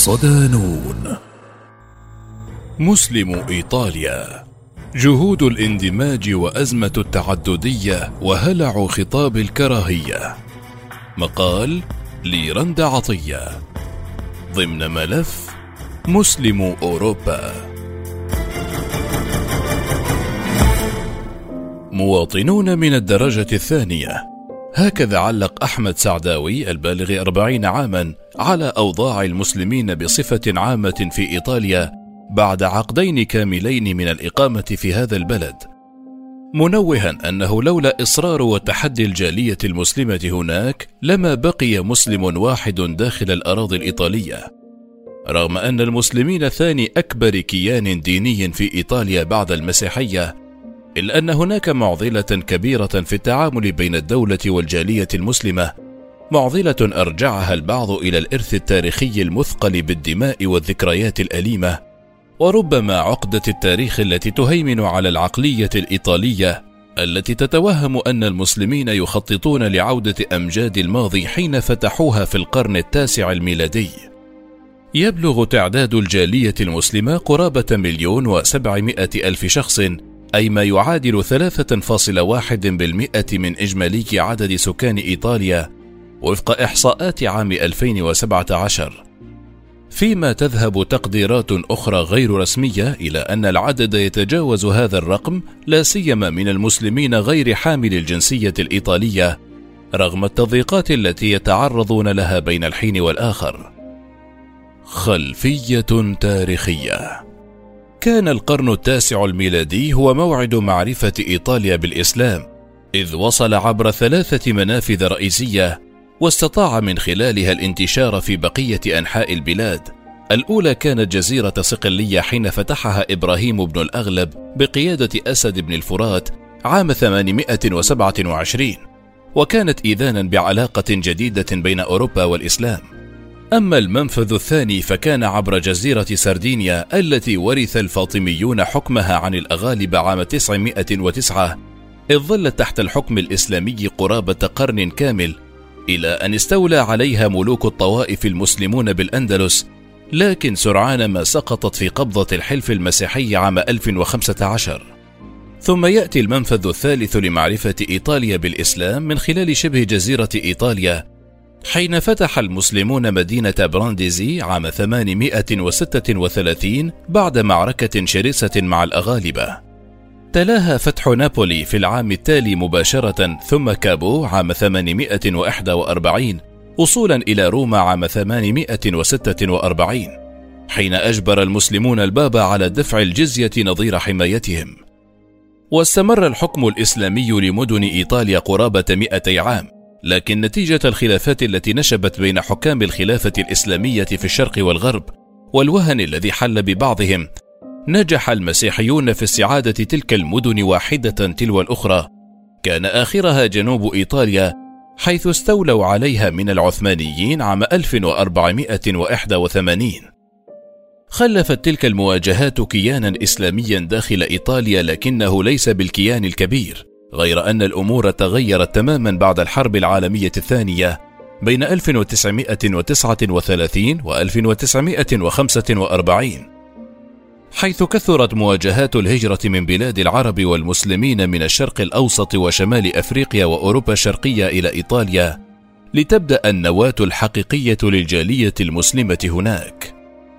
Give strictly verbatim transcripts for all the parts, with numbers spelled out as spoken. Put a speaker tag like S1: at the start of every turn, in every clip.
S1: صدانون. مسلم إيطاليا، جهود الاندماج وأزمة التعددية وهلع خطاب الكراهية. مقال ليرند عطية ضمن ملف مسلم أوروبا. مواطنون من الدرجة الثانية، هكذا علق أحمد سعداوي البالغ أربعين عاما على أوضاع المسلمين بصفة عامة في إيطاليا بعد عقدين كاملين من الإقامة في هذا البلد، منوها أنه لولا إصرار وتحدي الجالية المسلمة هناك لما بقي مسلم واحد داخل الأراضي الإيطالية. رغم أن المسلمين ثاني أكبر كيان ديني في إيطاليا بعد المسيحية، إلا أن هناك معضلة كبيرة في التعامل بين الدولة والجالية المسلمة، معضلة أرجعها البعض إلى الإرث التاريخي المثقل بالدماء والذكريات الأليمة، وربما عقدة التاريخ التي تهيمن على العقلية الإيطالية التي تتوهم أن المسلمين يخططون لعودة أمجاد الماضي حين فتحوها في القرن التاسع الميلادي. يبلغ تعداد الجالية المسلمة قرابة مليون وسبعمائة ألف شخص، أي ما يعادل ثلاثة فاصلة واحد بالمئة من إجمالي عدد سكان إيطاليا وفق إحصاءات عام ألفين وسبعة عشر، فيما تذهب تقديرات أخرى غير رسمية إلى أن العدد يتجاوز هذا الرقم، لا سيما من المسلمين غير حامل الجنسية الإيطالية، رغم التضييقات التي يتعرضون لها بين الحين والآخر. خلفية تاريخية. كان القرن التاسع الميلادي هو موعد معرفة إيطاليا بالإسلام، إذ وصل عبر ثلاثة منافذ رئيسية واستطاع من خلالها الانتشار في بقية أنحاء البلاد. الأولى كانت جزيرة صقلية حين فتحها إبراهيم بن الأغلب بقيادة أسد بن الفرات عام ثمانمائة وسبعة وعشرين، وكانت إذانا بعلاقة جديدة بين أوروبا والإسلام. أما المنفذ الثاني فكان عبر جزيرة سردينيا التي ورث الفاطميون حكمها عن الأغالب عام تسعمائة وتسعة، إذ ظلت تحت الحكم الإسلامي قرابة قرن كامل، إلى أن استولى عليها ملوك الطوائف المسلمون بالأندلس، لكن سرعان ما سقطت في قبضة الحلف المسيحي عام ألف وخمسة عشر. ثم يأتي المنفذ الثالث لمعرفة إيطاليا بالإسلام من خلال شبه جزيرة إيطاليا، حين فتح المسلمون مدينة برانديزي عام ثمانمائة وستة وثلاثين بعد معركة شرسة مع الأغالبة. تلاها فتح نابولي في العام التالي مباشرة، ثم كابو عام ثمانمائة وواحد وأربعين، وصولا إلى روما عام ثمانمائة وستة وأربعين، حين أجبر المسلمون البابا على دفع الجزية نظير حمايتهم. واستمر الحكم الإسلامي لمدن إيطاليا قرابة مئتي عام، لكن نتيجة الخلافات التي نشبت بين حكام الخلافة الإسلامية في الشرق والغرب والوهن الذي حل ببعضهم، نجح المسيحيون في استعادة تلك المدن واحدة تلو الأخرى، كان آخرها جنوب إيطاليا، حيث استولوا عليها من العثمانيين عام ألف وأربعمائة وواحد وثمانين. خلفت تلك المواجهات كيانا إسلاميا داخل إيطاليا، لكنه ليس بالكيان الكبير، غير أن الأمور تغيرت تماما بعد الحرب العالمية الثانية بين ألف وتسعمائة وتسعة وثلاثين و ألف وتسعمائة وخمسة وأربعين، حيث كثرت مواجهات الهجرة من بلاد العرب والمسلمين من الشرق الأوسط وشمال أفريقيا وأوروبا الشرقية إلى إيطاليا، لتبدأ النواة الحقيقية للجالية المسلمة هناك.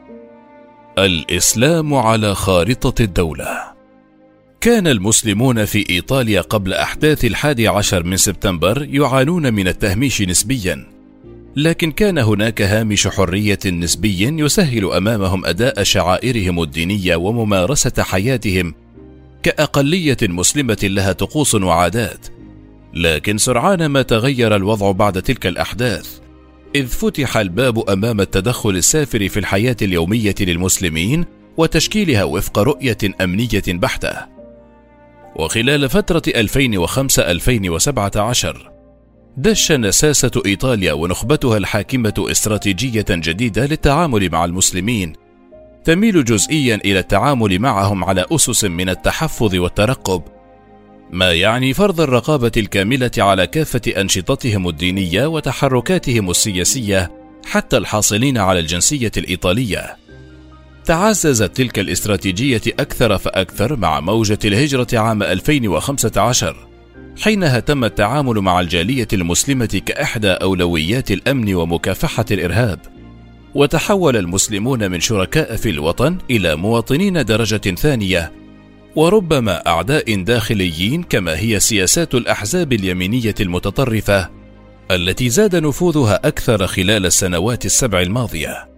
S1: الإسلام على خارطة الدولة. كان المسلمون في إيطاليا قبل أحداث الحادي عشر من سبتمبر يعانون من التهميش نسبيا، لكن كان هناك هامش حرية نسبي يسهل أمامهم أداء شعائرهم الدينية وممارسة حياتهم كأقلية مسلمة لها طقوس وعادات. لكن سرعان ما تغير الوضع بعد تلك الأحداث، إذ فتح الباب أمام التدخل السافر في الحياة اليومية للمسلمين وتشكيلها وفق رؤية أمنية بحتة. وخلال فترة ألفين وخمسة إلى ألفين وسبعة عشر دش نساسة إيطاليا ونخبتها الحاكمة استراتيجية جديدة للتعامل مع المسلمين، تميل جزئيا إلى التعامل معهم على أسس من التحفظ والترقب، ما يعني فرض الرقابة الكاملة على كافة أنشطتهم الدينية وتحركاتهم السياسية حتى الحاصلين على الجنسية الإيطالية. تعززت تلك الاستراتيجية أكثر فأكثر مع موجة الهجرة عام ألفين وخمسة عشر، حينها تم التعامل مع الجالية المسلمة كإحدى أولويات الأمن ومكافحة الإرهاب، وتحول المسلمون من شركاء في الوطن إلى مواطنين درجة ثانية، وربما أعداء داخليين، كما هي سياسات الأحزاب اليمينية المتطرفة التي زاد نفوذها أكثر خلال السنوات السبع الماضية.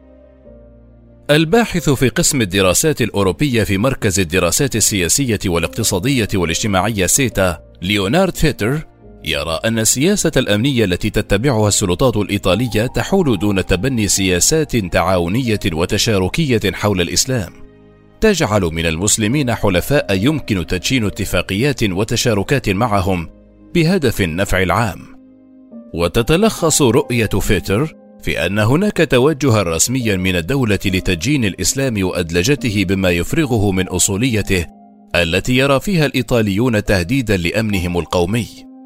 S1: الباحث في قسم الدراسات الأوروبية في مركز الدراسات السياسية والاقتصادية والاجتماعية سيتا، ليونارد فيتر، يرى أن السياسة الأمنية التي تتبعها السلطات الإيطالية تحول دون تبني سياسات تعاونية وتشاركية حول الإسلام، تجعل من المسلمين حلفاء يمكن تدشين اتفاقيات وتشاركات معهم بهدف النفع العام. وتتلخص رؤية فيتر في أن هناك توجها رسميا من الدولة لتدجين الإسلام وأدلجته بما يفرغه من أصوليته التي يرى فيها الإيطاليون تهديدا لأمنهم القومي.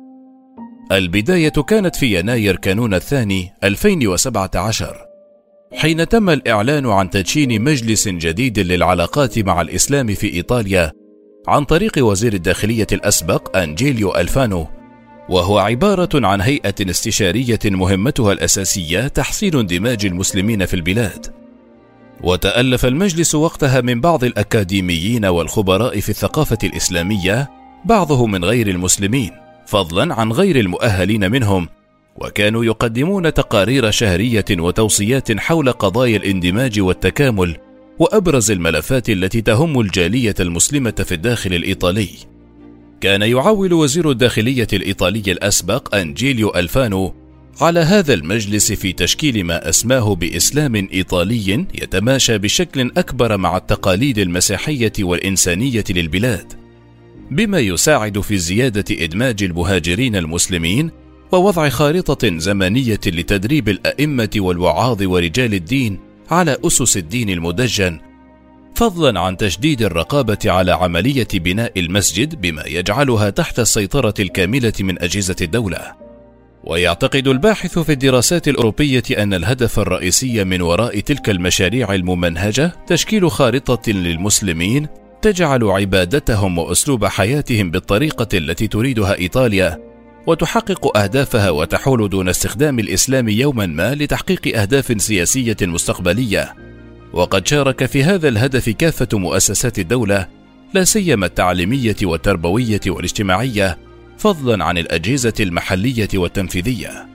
S1: البداية كانت في يناير كانون الثاني ألفين وسبعة عشر، حين تم الإعلان عن تدشين مجلس جديد للعلاقات مع الإسلام في إيطاليا عن طريق وزير الداخلية الأسبق أنجيليو ألفانو، وهو عبارة عن هيئة استشارية مهمتها الأساسية تحسين اندماج المسلمين في البلاد. وتألف المجلس وقتها من بعض الأكاديميين والخبراء في الثقافة الإسلامية، بعضهم من غير المسلمين فضلا عن غير المؤهلين منهم، وكانوا يقدمون تقارير شهرية وتوصيات حول قضايا الاندماج والتكامل وأبرز الملفات التي تهم الجالية المسلمة في الداخل الإيطالي. كان يعول وزير الداخلية الإيطالي الأسبق أنجيليو ألفانو على هذا المجلس في تشكيل ما أسماه بإسلام إيطالي يتماشى بشكل أكبر مع التقاليد المسيحية والإنسانية للبلاد، بما يساعد في زيادة إدماج المهاجرين المسلمين ووضع خارطة زمنية لتدريب الأئمة والوعاظ ورجال الدين على أسس الدين المدجن، فضلا عن تشديد الرقابة على عملية بناء المسجد بما يجعلها تحت السيطرة الكاملة من أجهزة الدولة. ويعتقد الباحث في الدراسات الأوروبية أن الهدف الرئيسي من وراء تلك المشاريع الممنهجة تشكيل خارطة للمسلمين تجعل عبادتهم وأسلوب حياتهم بالطريقة التي تريدها إيطاليا، وتحقق أهدافها وتحول دون استخدام الإسلام يوما ما لتحقيق أهداف سياسية مستقبلية. وقد شارك في هذا الهدف كافة مؤسسات الدولة، لا سيما التعليمية والتربوية والاجتماعية، فضلا عن الأجهزة المحلية والتنفيذية.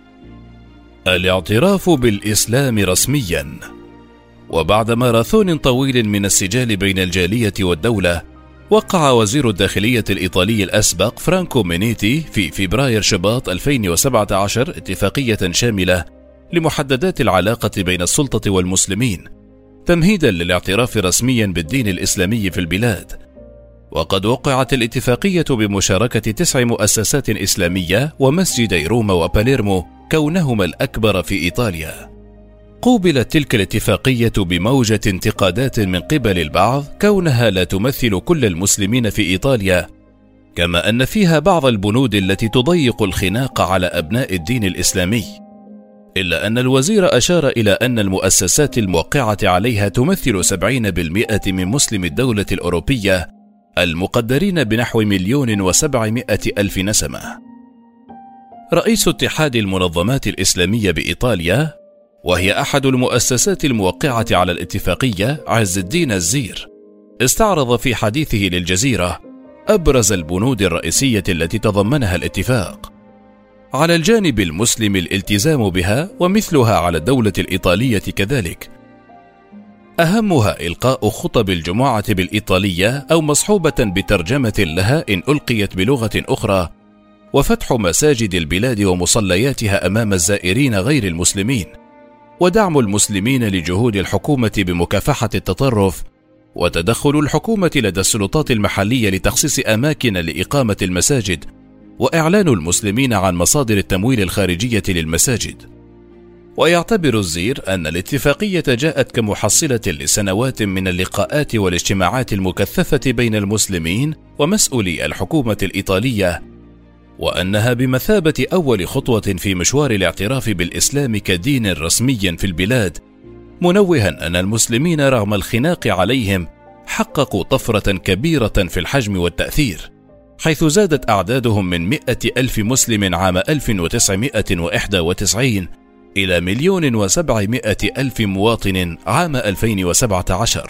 S1: الاعتراف بالإسلام رسميا. وبعد ماراثون طويل من السجال بين الجالية والدولة، وقع وزير الداخلية الإيطالي الأسبق فرانكو مينيتي في فبراير شباط ألفين وسبعة عشر اتفاقية شاملة لمحددات العلاقة بين السلطة والمسلمين، تمهيدا للاعتراف رسميا بالدين الإسلامي في البلاد. وقد وقعت الاتفاقية بمشاركة تسع مؤسسات إسلامية ومسجدي روما وباليرمو كونهما الأكبر في إيطاليا. قوبلت تلك الاتفاقية بموجة انتقادات من قبل البعض كونها لا تمثل كل المسلمين في إيطاليا، كما أن فيها بعض البنود التي تضيق الخناق على أبناء الدين الإسلامي، إلا أن الوزير أشار إلى أن المؤسسات الموقعة عليها تمثل سبعين بالمئة من مسلم الدولة الأوروبية المقدرين بنحو مليون وسبعمائة ألف نسمة. رئيس اتحاد المنظمات الإسلامية بإيطاليا، وهي أحد المؤسسات الموقعة على الاتفاقية، عز الدين الزير، استعرض في حديثه للجزيرة أبرز البنود الرئيسية التي تضمنها الاتفاق. على الجانب المسلم الالتزام بها، ومثلها على الدولة الإيطالية كذلك. أهمها إلقاء خطب الجمعة بالإيطالية أو مصحوبة بترجمة لها إن ألقيت بلغة أخرى، وفتح مساجد البلاد ومصلياتها أمام الزائرين غير المسلمين، ودعم المسلمين لجهود الحكومة بمكافحة التطرف، وتدخل الحكومة لدى السلطات المحلية لتخصيص أماكن لإقامة المساجد، وإعلان المسلمين عن مصادر التمويل الخارجية للمساجد. ويعتبر الزير أن الاتفاقية جاءت كمحصلة لسنوات من اللقاءات والاجتماعات المكثفة بين المسلمين ومسؤولي الحكومة الإيطالية، وأنها بمثابة أول خطوة في مشوار الاعتراف بالإسلام كدين رسمي في البلاد، منوها أن المسلمين رغم الخناق عليهم حققوا طفرة كبيرة في الحجم والتأثير، حيث زادت أعدادهم من مئة ألف مسلم عام ألف وتسعمائة وواحد وتسعين إلى مليون وسبعمائة ألف مواطن عام ألفين وسبعة عشر.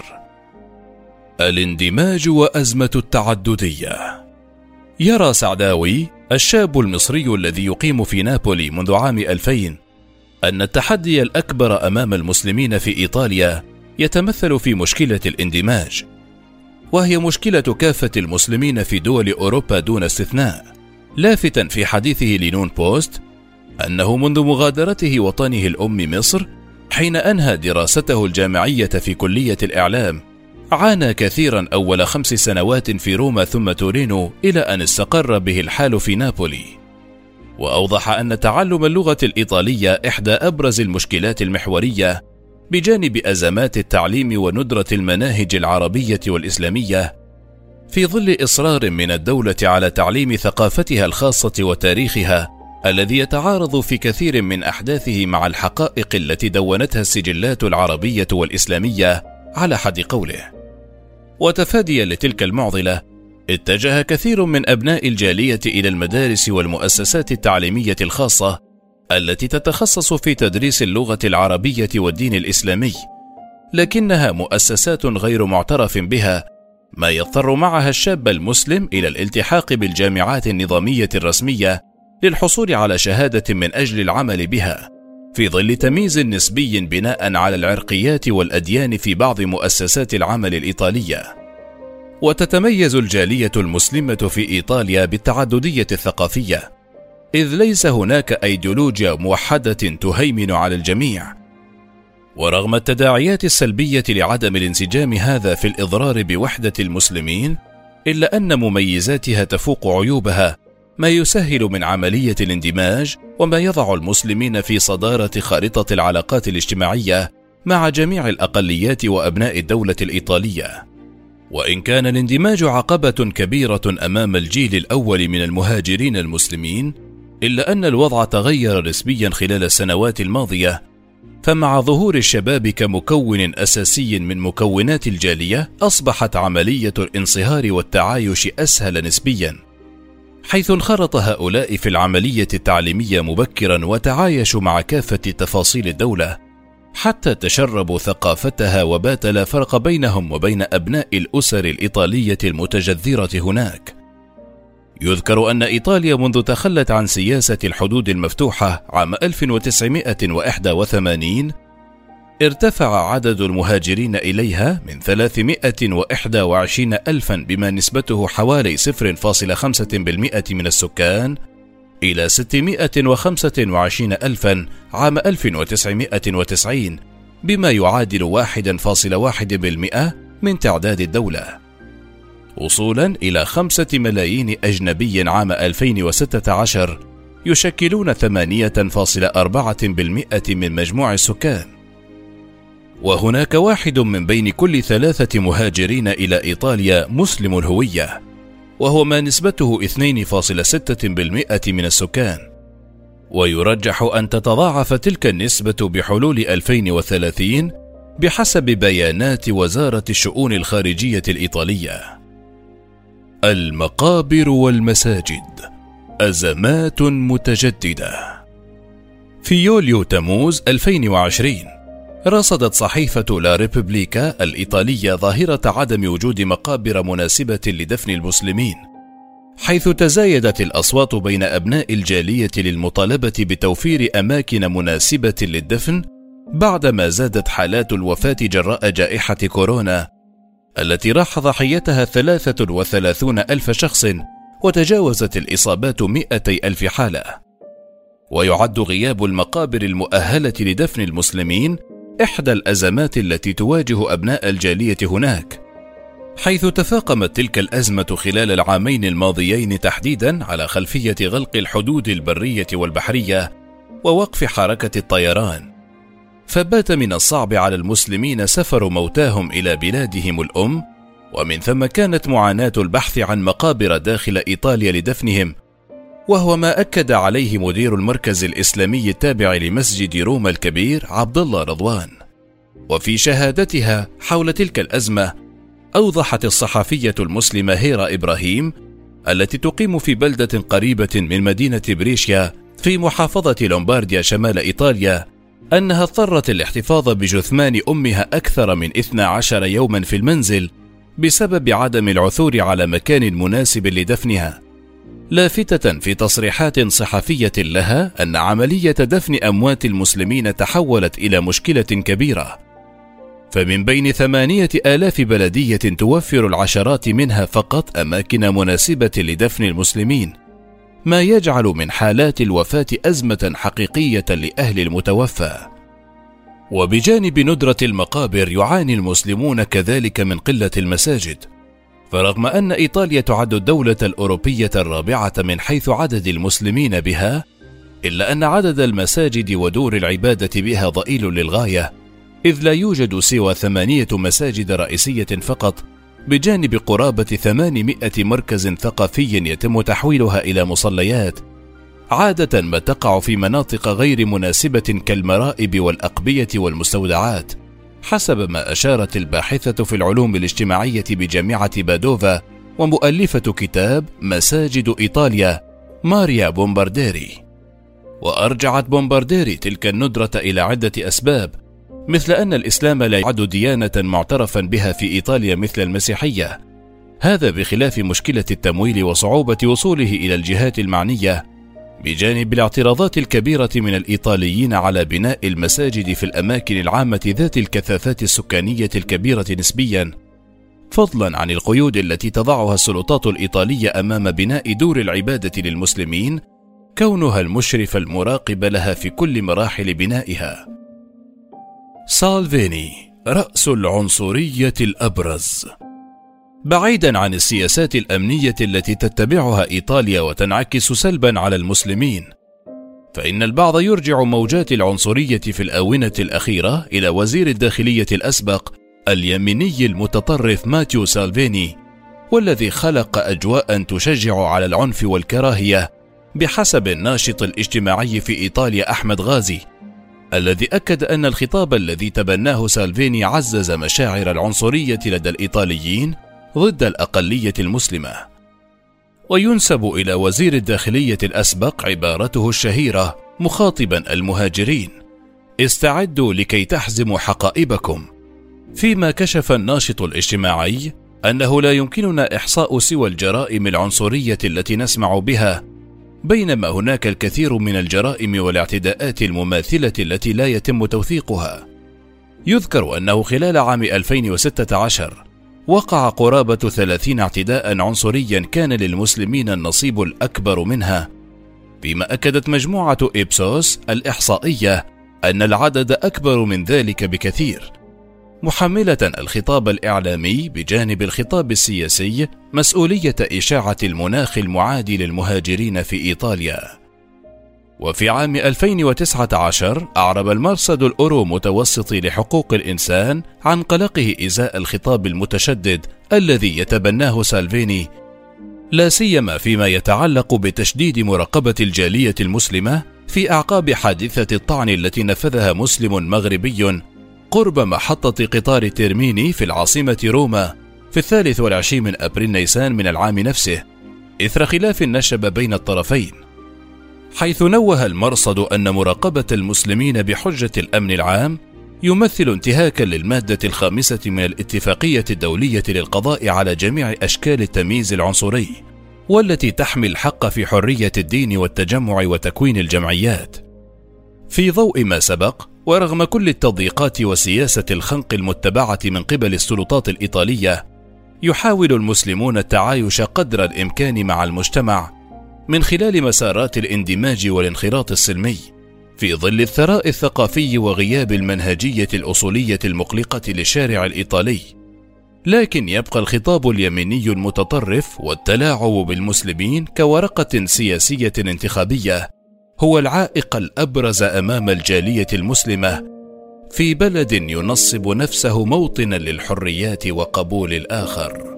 S1: الاندماج وأزمة التعددية. يرى سعداوي الشاب المصري الذي يقيم في نابولي منذ عام ألفين أن التحدي الأكبر أمام المسلمين في إيطاليا يتمثل في مشكلة الاندماج، وهي مشكلة كافة المسلمين في دول أوروبا دون استثناء، لافتا في حديثه لنون بوست أنه منذ مغادرته وطنه الأم مصر حين أنهى دراسته الجامعية في كلية الإعلام عانى كثيرا أول خمس سنوات في روما ثم تورينو إلى أن استقر به الحال في نابولي. وأوضح أن تعلم اللغة الإيطالية إحدى أبرز المشكلات المحورية بجانب أزمات التعليم وندرة المناهج العربية والإسلامية، في ظل إصرار من الدولة على تعليم ثقافتها الخاصة وتاريخها الذي يتعارض في كثير من أحداثه مع الحقائق التي دونتها السجلات العربية والإسلامية على حد قوله. وتفاديا لتلك المعضلة، اتجه كثير من أبناء الجالية إلى المدارس والمؤسسات التعليمية الخاصة التي تتخصص في تدريس اللغة العربية والدين الإسلامي، لكنها مؤسسات غير معترف بها، ما يضطر معها الشاب المسلم إلى الالتحاق بالجامعات النظامية الرسمية للحصول على شهادة من أجل العمل بها، في ظل تمييز نسبي بناء على العرقيات والأديان في بعض مؤسسات العمل الإيطالية. وتتميز الجالية المسلمة في إيطاليا بالتعددية الثقافية، إذ ليس هناك أيديولوجيا موحدة تهيمن على الجميع. ورغم التداعيات السلبية لعدم الانسجام هذا في الإضرار بوحدة المسلمين، إلا أن مميزاتها تفوق عيوبها، ما يسهل من عملية الاندماج وما يضع المسلمين في صدارة خارطة العلاقات الاجتماعية مع جميع الأقليات وأبناء الدولة الإيطالية. وإن كان الاندماج عقبة كبيرة أمام الجيل الأول من المهاجرين المسلمين، إلا أن الوضع تغير نسبيا خلال السنوات الماضية، فمع ظهور الشباب كمكون أساسي من مكونات الجالية، أصبحت عملية الانصهار والتعايش أسهل نسبيا، حيث انخرط هؤلاء في العملية التعليمية مبكرا وتعايشوا مع كافة تفاصيل الدولة حتى تشربوا ثقافتها، وبات لا فرق بينهم وبين أبناء الأسر الإيطالية المتجذرة هناك. يذكر أن إيطاليا منذ تخلت عن سياسة الحدود المفتوحة عام ألف وتسعمائة وواحد وثمانين ارتفع عدد المهاجرين إليها من ثلاثمائة وواحد وعشرين ألفا بما نسبته حوالي صفر فاصلة خمسة بالمئة من السكان إلى ستمائة وخمسة وعشرين ألفا عام ألف وتسعمائة وتسعين بما يعادل واحد فاصلة واحد بالمئة من تعداد الدولة، وصولا إلى خمسة ملايين أجنبي عام ألفين وستة عشر يشكلون ثمانية فاصلة أربعة بالمئة من مجموع السكان. وهناك واحد من بين كل ثلاثة مهاجرين إلى إيطاليا مسلم الهوية، وهو ما نسبته اثنين فاصلة ستة بالمئة من السكان، ويرجح أن تتضاعف تلك النسبة بحلول ألفين وثلاثين بحسب بيانات وزارة الشؤون الخارجية الإيطالية. المقابر والمساجد، أزمات متجددة. في يوليو تموز ألفين وعشرين رصدت صحيفة لا ريبوبليكا الإيطالية ظاهرة عدم وجود مقابر مناسبة لدفن المسلمين، حيث تزايدت الأصوات بين أبناء الجالية للمطالبة بتوفير أماكن مناسبة للدفن بعدما زادت حالات الوفاة جراء جائحة كورونا التي راح ضحيتها ثلاثة وثلاثون ألف شخص، وتجاوزت الإصابات مئتي ألف حالة. ويعد غياب المقابر المؤهلة لدفن المسلمين إحدى الأزمات التي تواجه أبناء الجالية هناك، حيث تفاقمت تلك الأزمة خلال العامين الماضيين تحديدا على خلفية غلق الحدود البرية والبحرية ووقف حركة الطيران، فبات من الصعب على المسلمين سفر موتاهم إلى بلادهم الأم، ومن ثم كانت معاناة البحث عن مقابر داخل إيطاليا لدفنهم وهو ما أكد عليه مدير المركز الإسلامي التابع لمسجد روما الكبير عبد الله رضوان. وفي شهادتها حول تلك الأزمة أوضحت الصحفية المسلمة هيرا إبراهيم التي تقيم في بلدة قريبة من مدينة بريشيا في محافظة لومبارديا شمال إيطاليا أنها اضطرت الاحتفاظ بجثمان أمها أكثر من اثني عشر يوما في المنزل بسبب عدم العثور على مكان مناسب لدفنها، لافتة في تصريحات صحفية لها أن عملية دفن أموات المسلمين تحولت إلى مشكلة كبيرة، فمن بين ثمانية آلاف بلدية توفر العشرات منها فقط أماكن مناسبة لدفن المسلمين، ما يجعل من حالات الوفاة أزمة حقيقية لأهل المتوفى. وبجانب ندرة المقابر يعاني المسلمون كذلك من قلة المساجد، فرغم أن إيطاليا تعد الدولة الأوروبية الرابعة من حيث عدد المسلمين بها، إلا أن عدد المساجد ودور العبادة بها ضئيل للغاية، إذ لا يوجد سوى ثمانية مساجد رئيسية فقط، بجانب قرابة ثمانمائة مركز ثقافي يتم تحويلها إلى مصليات، عادة ما تقع في مناطق غير مناسبة كالمرائب والأقبية والمستودعات، حسب ما أشارت الباحثة في العلوم الاجتماعية بجامعة بادوفا ومؤلفة كتاب مساجد إيطاليا ماريا بومبارديري. وأرجعت بومبارديري تلك الندرة إلى عدة أسباب، مثل أن الإسلام لا يعد ديانة معترفا بها في إيطاليا مثل المسيحية، هذا بخلاف مشكلة التمويل وصعوبة وصوله إلى الجهات المعنية، بجانب الاعتراضات الكبيرة من الإيطاليين على بناء المساجد في الأماكن العامة ذات الكثافات السكانية الكبيرة نسبيا، فضلا عن القيود التي تضعها السلطات الإيطالية أمام بناء دور العبادة للمسلمين، كونها المشرف المراقب لها في كل مراحل بنائها. سالفيني رأس العنصرية الأبرز. بعيدا عن السياسات الأمنية التي تتبعها إيطاليا وتنعكس سلبا على المسلمين، فإن البعض يرجع موجات العنصرية في الآونة الأخيرة إلى وزير الداخلية الأسبق اليميني المتطرف ماتيو سالفيني، والذي خلق أجواء تشجع على العنف والكراهية، بحسب الناشط الاجتماعي في إيطاليا أحمد غازي، الذي أكد أن الخطاب الذي تبناه سالفيني عزز مشاعر العنصرية لدى الإيطاليين ضد الأقلية المسلمة. وينسب إلى وزير الداخلية الأسبق عبارته الشهيرة مخاطبا المهاجرين: استعدوا لكي تحزموا حقائبكم، فيما كشف الناشط الاجتماعي أنه لا يمكننا إحصاء سوى الجرائم العنصرية التي نسمع بها، بينما هناك الكثير من الجرائم والاعتداءات المماثلة التي لا يتم توثيقها. يذكر أنه خلال عام ألفين وستة عشر وقع قرابة ثلاثين اعتداء عنصريا كان للمسلمين النصيب الأكبر منها، فيما أكدت مجموعة إبسوس الإحصائية أن العدد أكبر من ذلك بكثير، محملة الخطاب الإعلامي بجانب الخطاب السياسي مسؤولية إشاعة المناخ المعادي للمهاجرين في إيطاليا. وفي عام ألفين وتسعة عشر أعرب المرصد الأورو متوسطي لحقوق الإنسان عن قلقه إزاء الخطاب المتشدد الذي يتبناه سالفيني، لا سيما فيما يتعلق بتشديد مراقبة الجالية المسلمة في أعقاب حادثة الطعن التي نفذها مسلم مغربي قرب محطة قطار تيرميني في العاصمة روما في الثالث والعشرين من أبريل نيسان من العام نفسه، إثر خلاف نشب بين الطرفين، حيث نوه المرصد أن مراقبة المسلمين بحجة الأمن العام يمثل انتهاكا للمادة الخامسة من الاتفاقية الدولية للقضاء على جميع أشكال التمييز العنصري، والتي تحمي الحق في حرية الدين والتجمع وتكوين الجمعيات. في ضوء ما سبق، ورغم كل التضييقات وسياسة الخنق المتبعة من قبل السلطات الإيطالية، يحاول المسلمون التعايش قدر الإمكان مع المجتمع من خلال مسارات الاندماج والانخراط السلمي، في ظل الثراء الثقافي وغياب المنهجية الأصولية المقلقة للشارع الإيطالي. لكن يبقى الخطاب اليميني المتطرف والتلاعب بالمسلمين كورقة سياسية انتخابية هو العائق الأبرز أمام الجالية المسلمة في بلد ينصب نفسه موطنا للحريات وقبول الآخر.